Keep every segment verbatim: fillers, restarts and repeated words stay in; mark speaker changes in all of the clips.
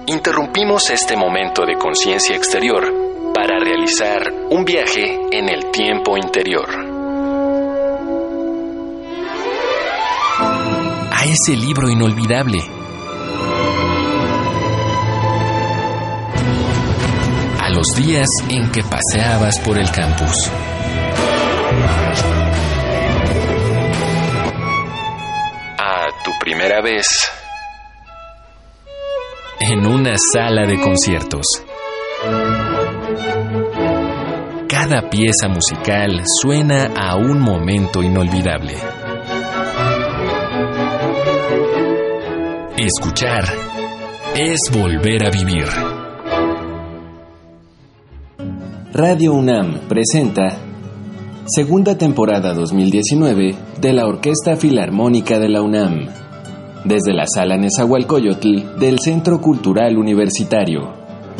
Speaker 1: interrumpimos este momento de conciencia exterior para realizar un viaje en el tiempo interior. A ese libro inolvidable. A los días en que paseabas por el campus. A tu primera vez en una sala de conciertos. Cada pieza musical suena a un momento inolvidable. Escuchar es volver a vivir.
Speaker 2: Radio UNAM presenta segunda temporada dos mil diecinueve de la Orquesta Filarmónica de la UNAM, desde la Sala Nezahualcóyotl del Centro Cultural Universitario.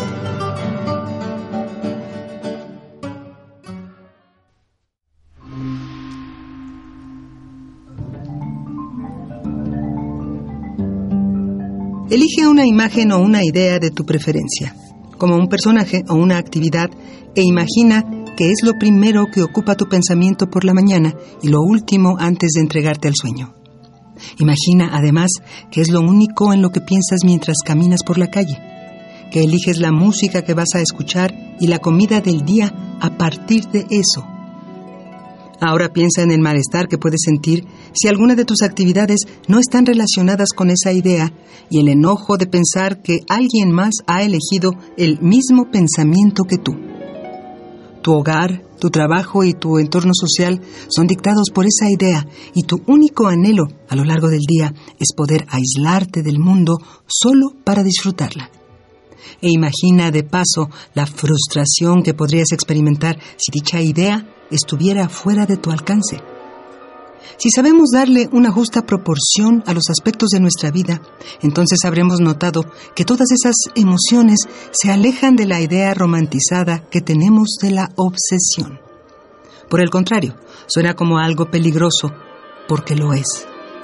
Speaker 3: Elige una imagen o una idea de tu preferencia, como un personaje o una actividad, e imagina que es lo primero que ocupa tu pensamiento por la mañana y lo último antes de entregarte al sueño. Imagina, además, que es lo único en lo que piensas mientras caminas por la calle, que eliges la música que vas a escuchar y la comida del día a partir de eso. Ahora piensa en el malestar que puedes sentir si alguna de tus actividades no están relacionadas con esa idea y el enojo de pensar que alguien más ha elegido el mismo pensamiento que tú. Tu hogar, tu trabajo y tu entorno social son dictados por esa idea y tu único anhelo a lo largo del día es poder aislarte del mundo solo para disfrutarla. E imagina de paso la frustración que podrías experimentar si dicha idea estuviera fuera de tu alcance. Si sabemos darle una justa proporción a los aspectos de nuestra vida, entonces habremos notado que todas esas emociones se alejan de la idea romantizada que tenemos de la obsesión. Por el contrario, suena como algo peligroso, porque lo es.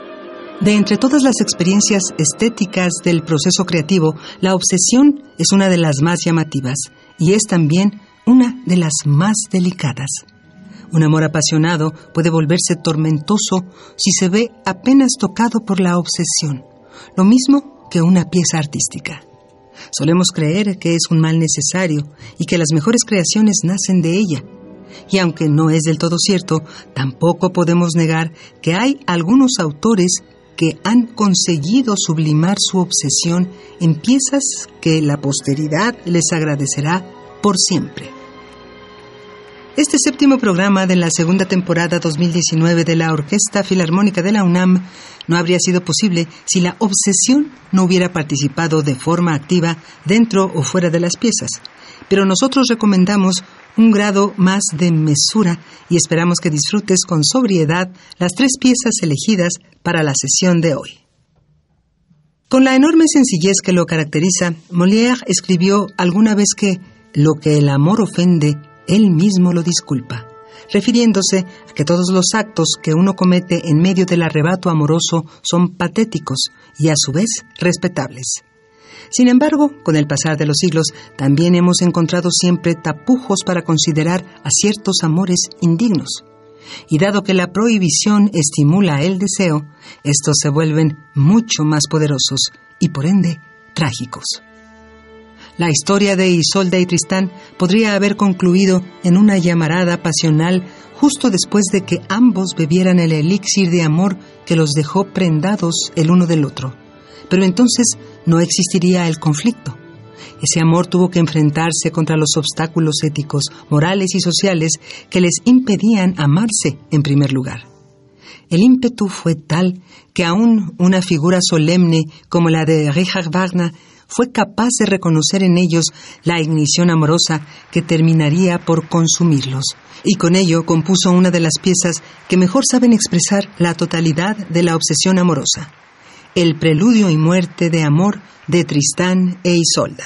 Speaker 3: De entre todas las experiencias estéticas del proceso creativo, la obsesión es una de las más llamativas y es también una de las más delicadas. Un amor apasionado puede volverse tormentoso si se ve apenas tocado por la obsesión, lo mismo que una pieza artística. Solemos creer que es un mal necesario y que las mejores creaciones nacen de ella. Y aunque no es del todo cierto, tampoco podemos negar que hay algunos autores que han conseguido sublimar su obsesión en piezas que la posteridad les agradecerá por siempre. Este séptimo programa de la segunda temporada dos mil diecinueve de la Orquesta Filarmónica de la UNAM no habría sido posible si la obsesión no hubiera participado de forma activa dentro o fuera de las piezas. Pero nosotros recomendamos un grado más de mesura y esperamos que disfrutes con sobriedad las tres piezas elegidas para la sesión de hoy. Con la enorme sencillez que lo caracteriza, Molière escribió alguna vez que lo que el amor ofende, él mismo lo disculpa, refiriéndose a que todos los actos que uno comete en medio del arrebato amoroso son patéticos y a su vez respetables. Sin embargo, con el pasar de los siglos, también hemos encontrado siempre tapujos para considerar a ciertos amores indignos. Y dado que la prohibición estimula el deseo, estos se vuelven mucho más poderosos y, por ende, trágicos. La historia de Isolda y Tristán podría haber concluido en una llamarada pasional justo después de que ambos bebieran el elixir de amor que los dejó prendados el uno del otro. Pero entonces no existiría el conflicto. Ese amor tuvo que enfrentarse contra los obstáculos éticos, morales y sociales que les impedían amarse en primer lugar. El ímpetu fue tal que aún una figura solemne como la de Richard Wagner fue capaz de reconocer en ellos la ignición amorosa que terminaría por consumirlos, y con ello compuso una de las piezas que mejor saben expresar la totalidad de la obsesión amorosa, el preludio y muerte de amor de Tristán e Isolda.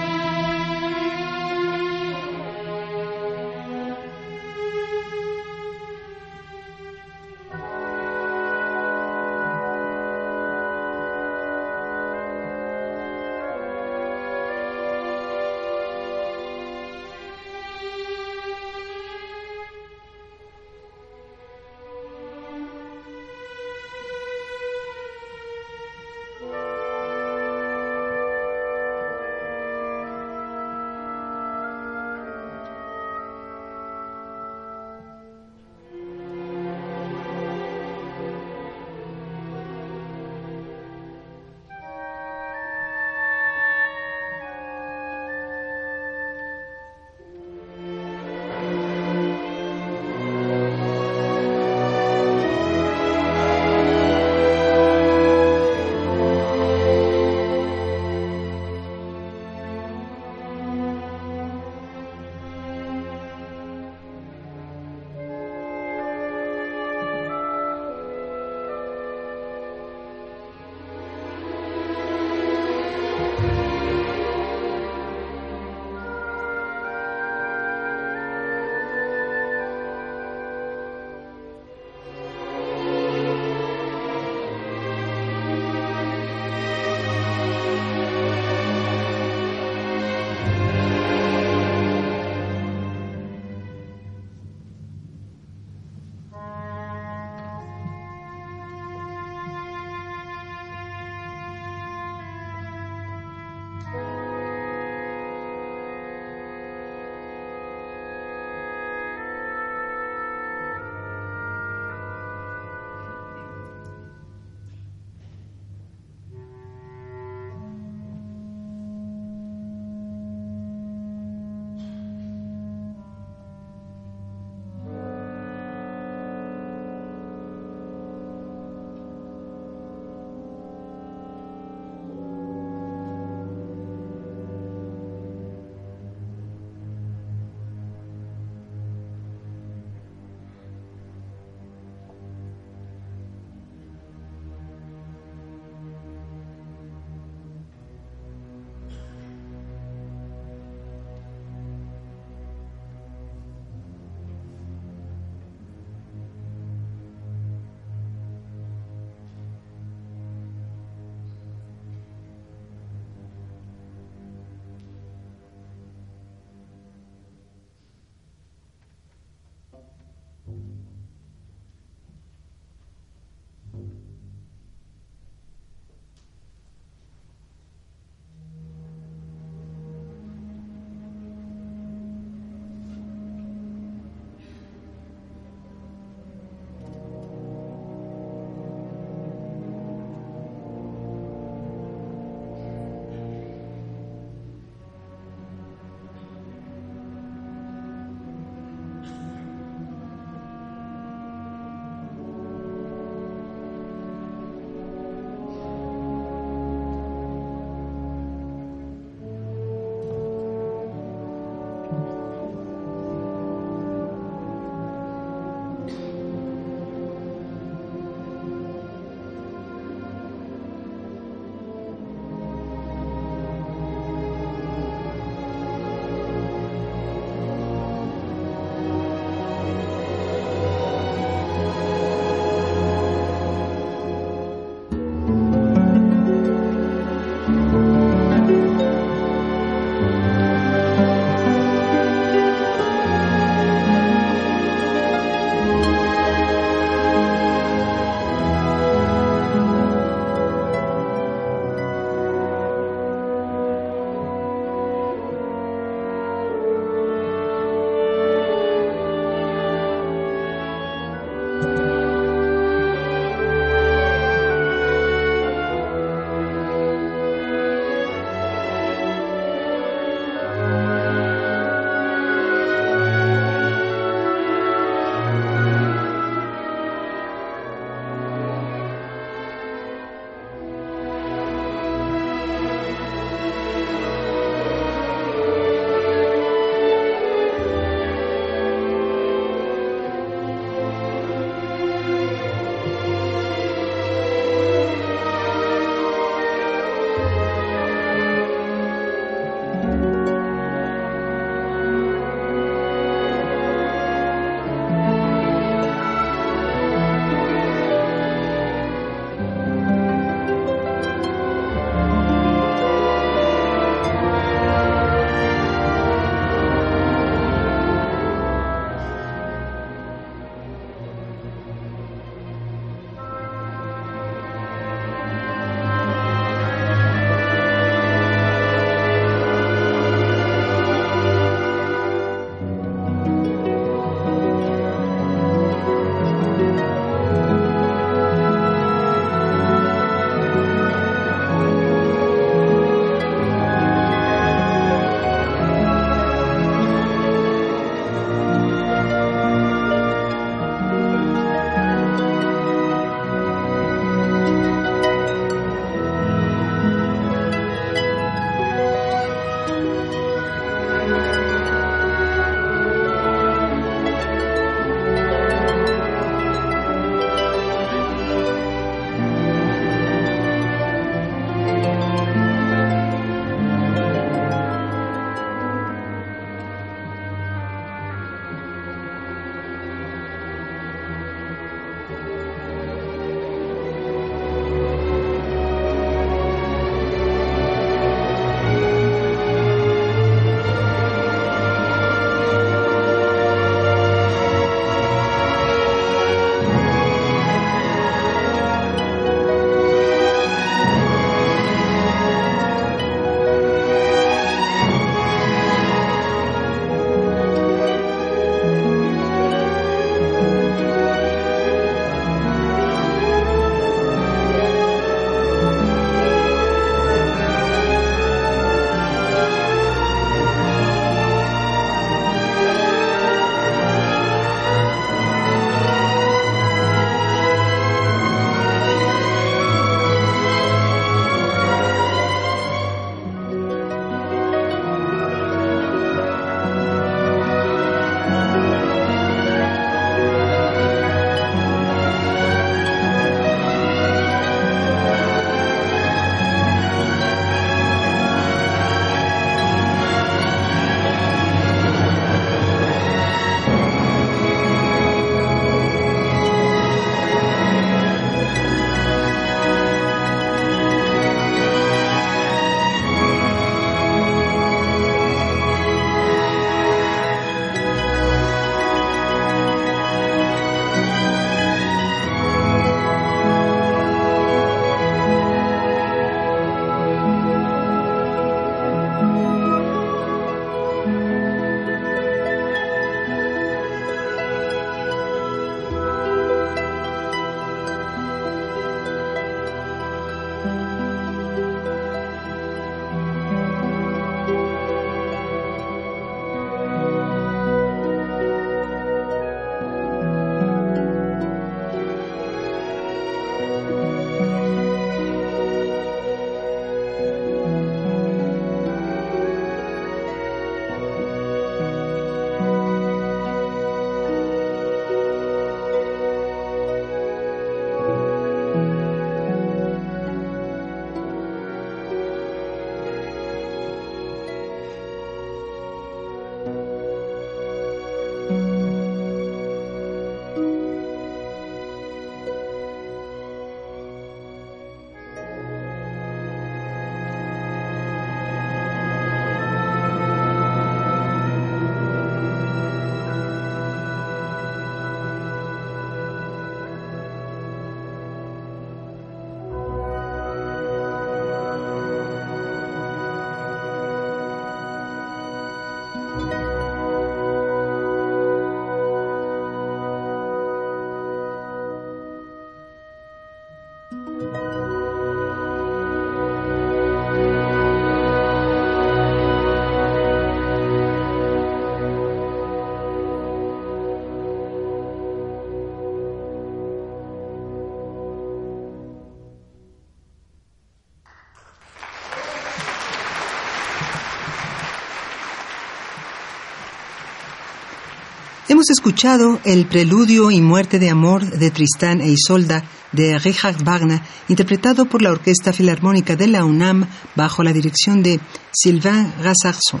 Speaker 3: Hemos escuchado el Preludio y Muerte de Amor de Tristán e Isolda de Richard Wagner, interpretado por la Orquesta Filarmónica de la UNAM bajo la dirección de Sylvain Rassarson.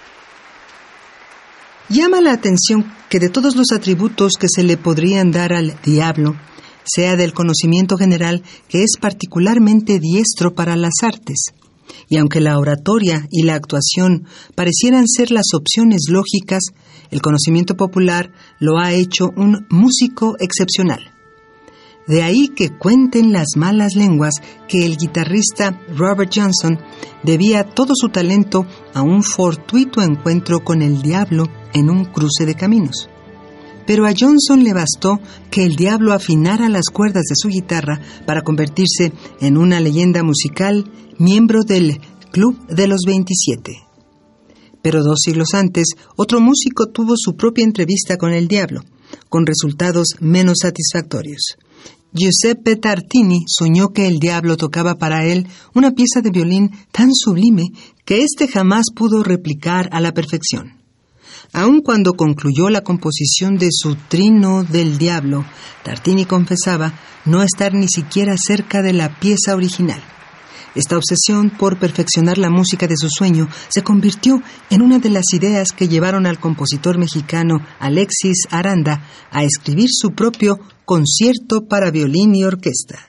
Speaker 3: Llama la atención que de todos los atributos que se le podrían dar al diablo, sea del conocimiento general que es particularmente diestro para las artes. Y aunque la oratoria y la actuación parecieran ser las opciones lógicas, el conocimiento popular lo ha hecho un músico excepcional. De ahí que cuenten las malas lenguas que el guitarrista Robert Johnson debía todo su talento a un fortuito encuentro con el diablo en un cruce de caminos. Pero a Johnson le bastó que el diablo afinara las cuerdas de su guitarra para convertirse en una leyenda musical, miembro del Club de los veintisiete. Pero dos siglos antes, otro músico tuvo su propia entrevista con el diablo, con resultados menos satisfactorios. Giuseppe Tartini soñó que el diablo tocaba para él una pieza de violín tan sublime que éste jamás pudo replicar a la perfección. Aun cuando concluyó la composición de su Trino del Diablo, Tartini confesaba no estar ni siquiera cerca de la pieza original. Esta obsesión por perfeccionar la música de su sueño se convirtió en una de las ideas que llevaron al compositor mexicano Alexis Aranda a escribir su propio Concierto para violín y orquesta.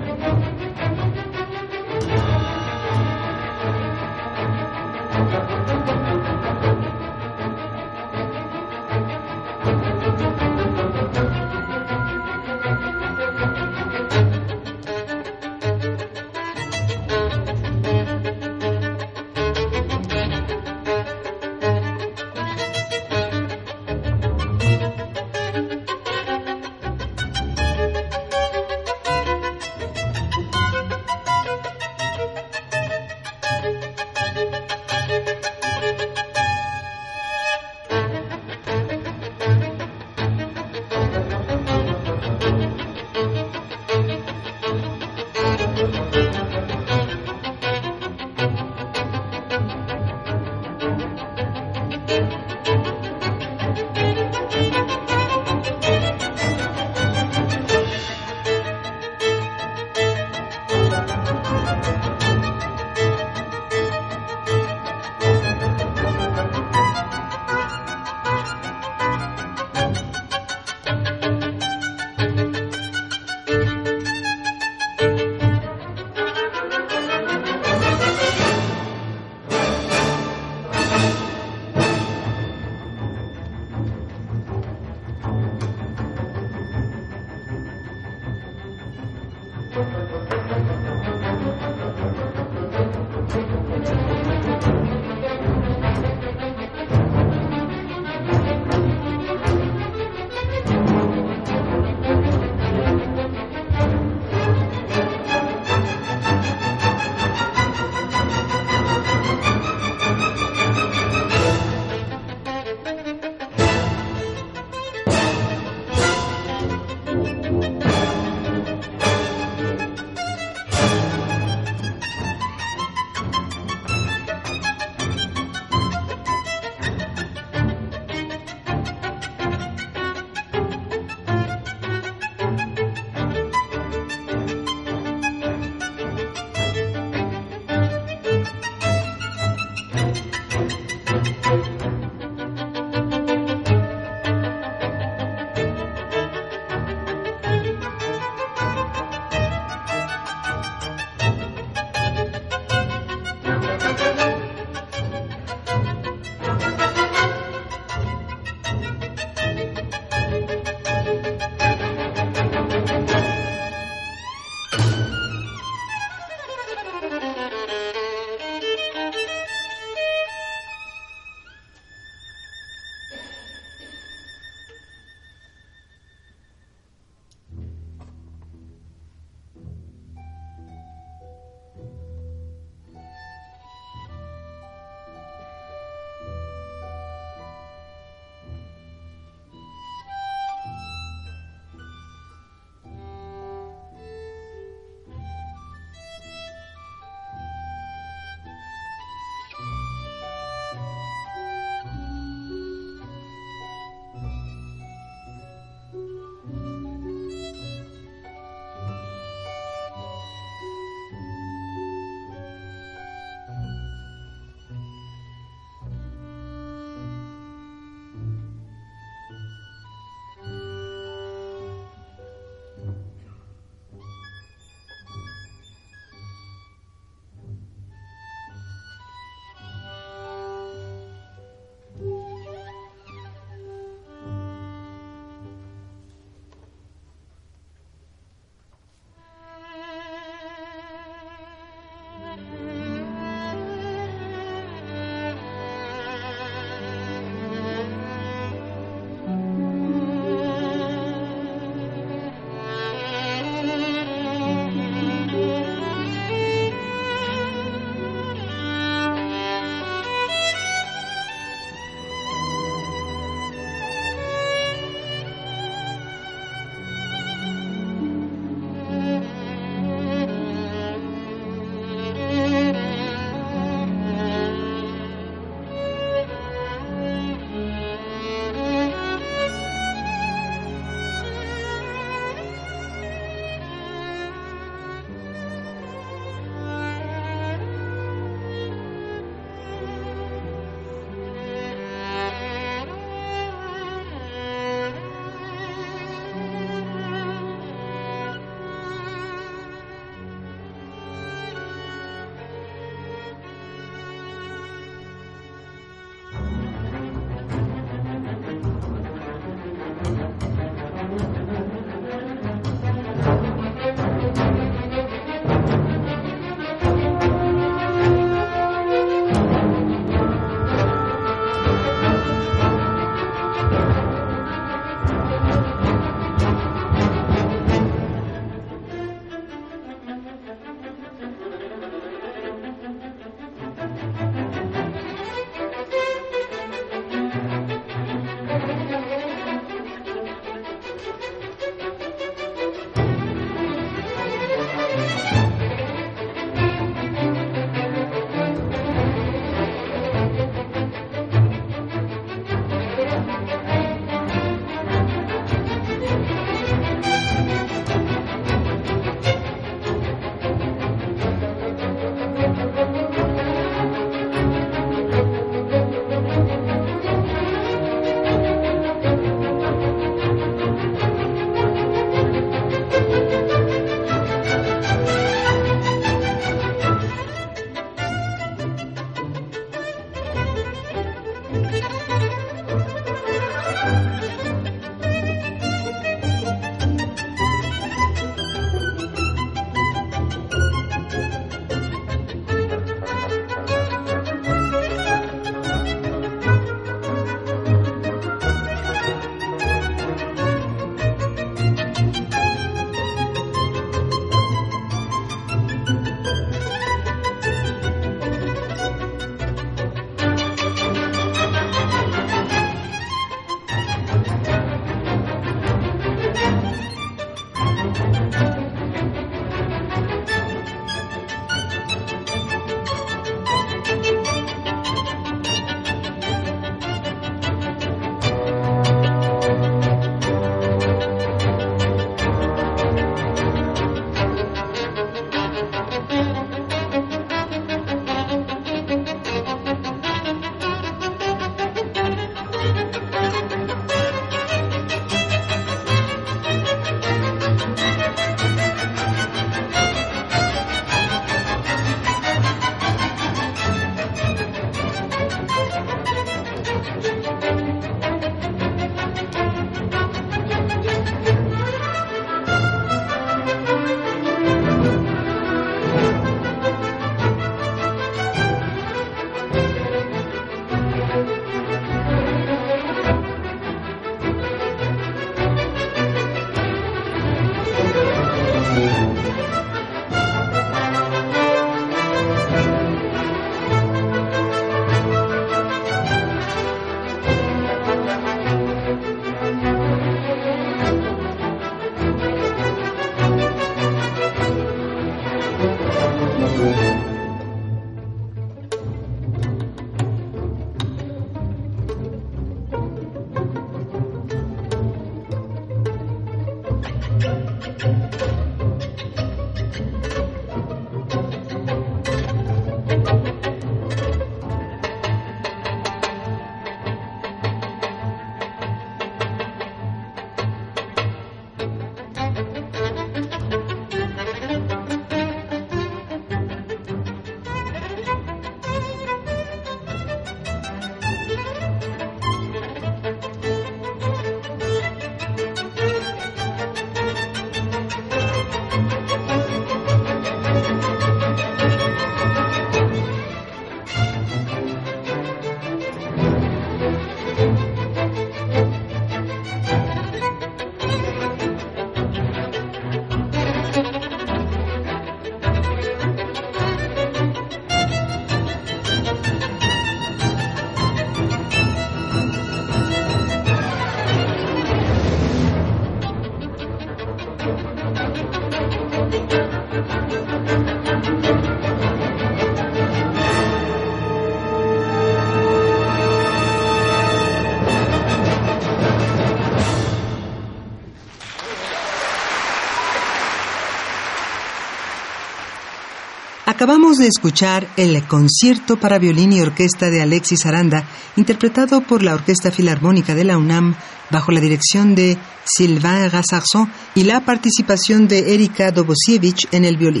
Speaker 3: Acabamos de escuchar el concierto para violín y orquesta de Alexis Aranda, interpretado por la Orquesta Filarmónica de la UNAM, bajo la dirección de Sylvain Rassarson y la participación de Erika Dobosiewicz en el violín.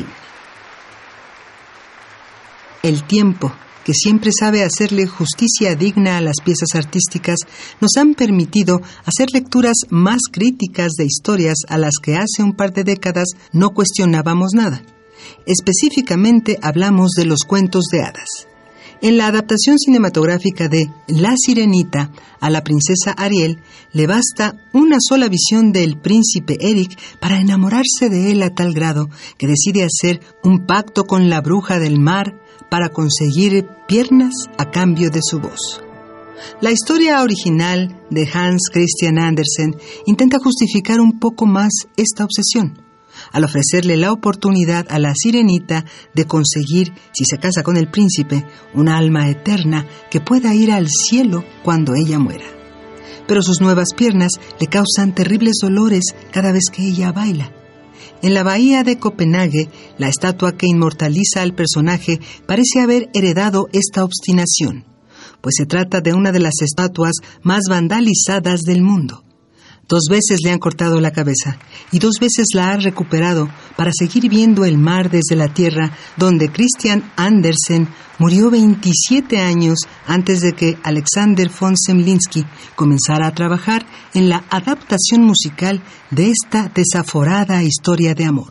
Speaker 3: El tiempo, que siempre sabe hacerle justicia digna a las piezas artísticas, nos han permitido hacer lecturas más críticas de historias a las que hace un par de décadas no cuestionábamos nada. Específicamente hablamos de los cuentos de hadas. En la adaptación cinematográfica de La Sirenita, a la princesa Ariel le basta una sola visión del príncipe Eric para enamorarse de él a tal grado que decide hacer un pacto con la bruja del mar para conseguir piernas a cambio de su voz. La historia original de Hans Christian Andersen intenta justificar un poco más esta obsesión, al ofrecerle la oportunidad a la sirenita de conseguir, si se casa con el príncipe, una alma eterna que pueda ir al cielo cuando ella muera. Pero sus nuevas piernas le causan terribles dolores cada vez que ella baila. En la bahía de Copenhague, la estatua que inmortaliza al personaje parece haber heredado esta obstinación, pues se trata de una de las estatuas más vandalizadas del mundo. Dos veces le han cortado la cabeza y dos veces la ha recuperado para seguir viendo el mar desde la tierra, donde Christian Andersen murió veintisiete años antes de que Alexander von Zemlinsky comenzara a trabajar en la adaptación musical de esta desaforada historia de amor.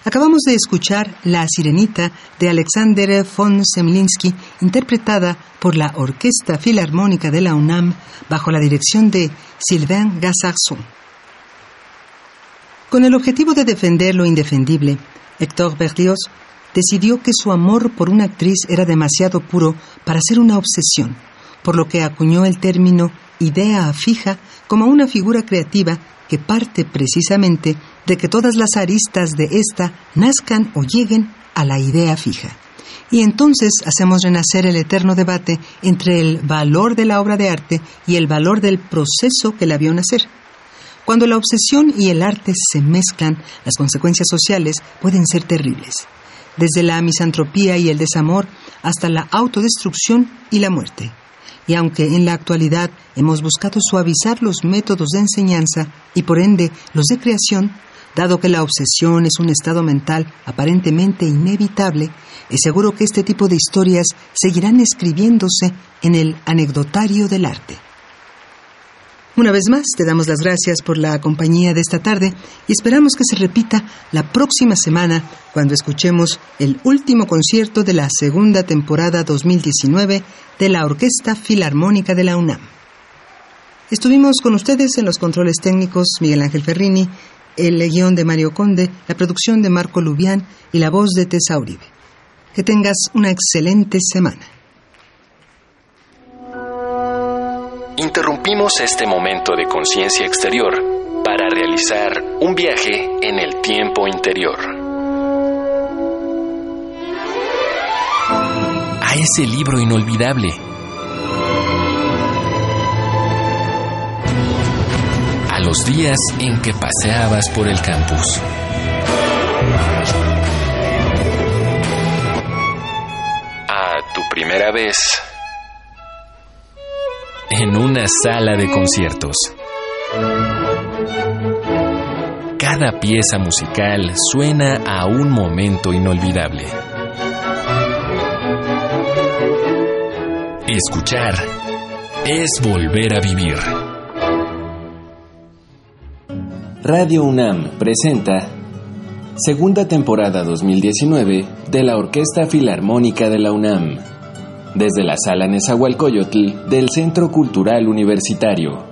Speaker 3: Acabamos de escuchar La Sirenita de Alexander von Zemlinsky, interpretada por la Orquesta Filarmónica de la UNAM bajo la dirección de Sylvain Gassarson. Con el objetivo de defender lo indefendible, Hector Berlioz decidió que su amor por una actriz era demasiado puro para ser una obsesión, por lo que acuñó el término idea fija como una figura creativa que parte precisamente de que todas las aristas de ésta nazcan o lleguen a la idea fija. Y entonces hacemos renacer el eterno debate entre el valor de la obra de arte y el valor del proceso que la vio nacer. Cuando la obsesión y el arte se mezclan, las consecuencias sociales pueden ser terribles, desde la misantropía y el desamor hasta la autodestrucción y la muerte. Y aunque en la actualidad hemos buscado suavizar los métodos de enseñanza y por ende los de creación, dado que la obsesión es un estado mental aparentemente inevitable, es seguro que este tipo de historias seguirán escribiéndose en el anecdotario del arte. Una vez más, te damos las gracias por la compañía de esta tarde y esperamos que se repita la próxima semana cuando escuchemos el último concierto de la segunda temporada dos mil diecinueve de la Orquesta Filarmónica de la UNAM. Estuvimos con ustedes en los controles técnicos Miguel Ángel Ferrini, el guión de Mario Conde, la producción de Marco Lubián y la voz de Tessa Uribe. Que tengas una excelente semana.
Speaker 1: Interrumpimos este momento de conciencia exterior para realizar un viaje en el tiempo interior. A ese libro inolvidable. A los días en que paseabas por el campus. A tu primera vez en una sala de conciertos. Cada pieza musical suena a un momento inolvidable. Escuchar es volver a vivir.
Speaker 2: Radio UNAM presenta segunda temporada dos mil diecinueve de la Orquesta Filarmónica de la UNAM. Desde la Sala Nezahualcóyotl del Centro Cultural Universitario.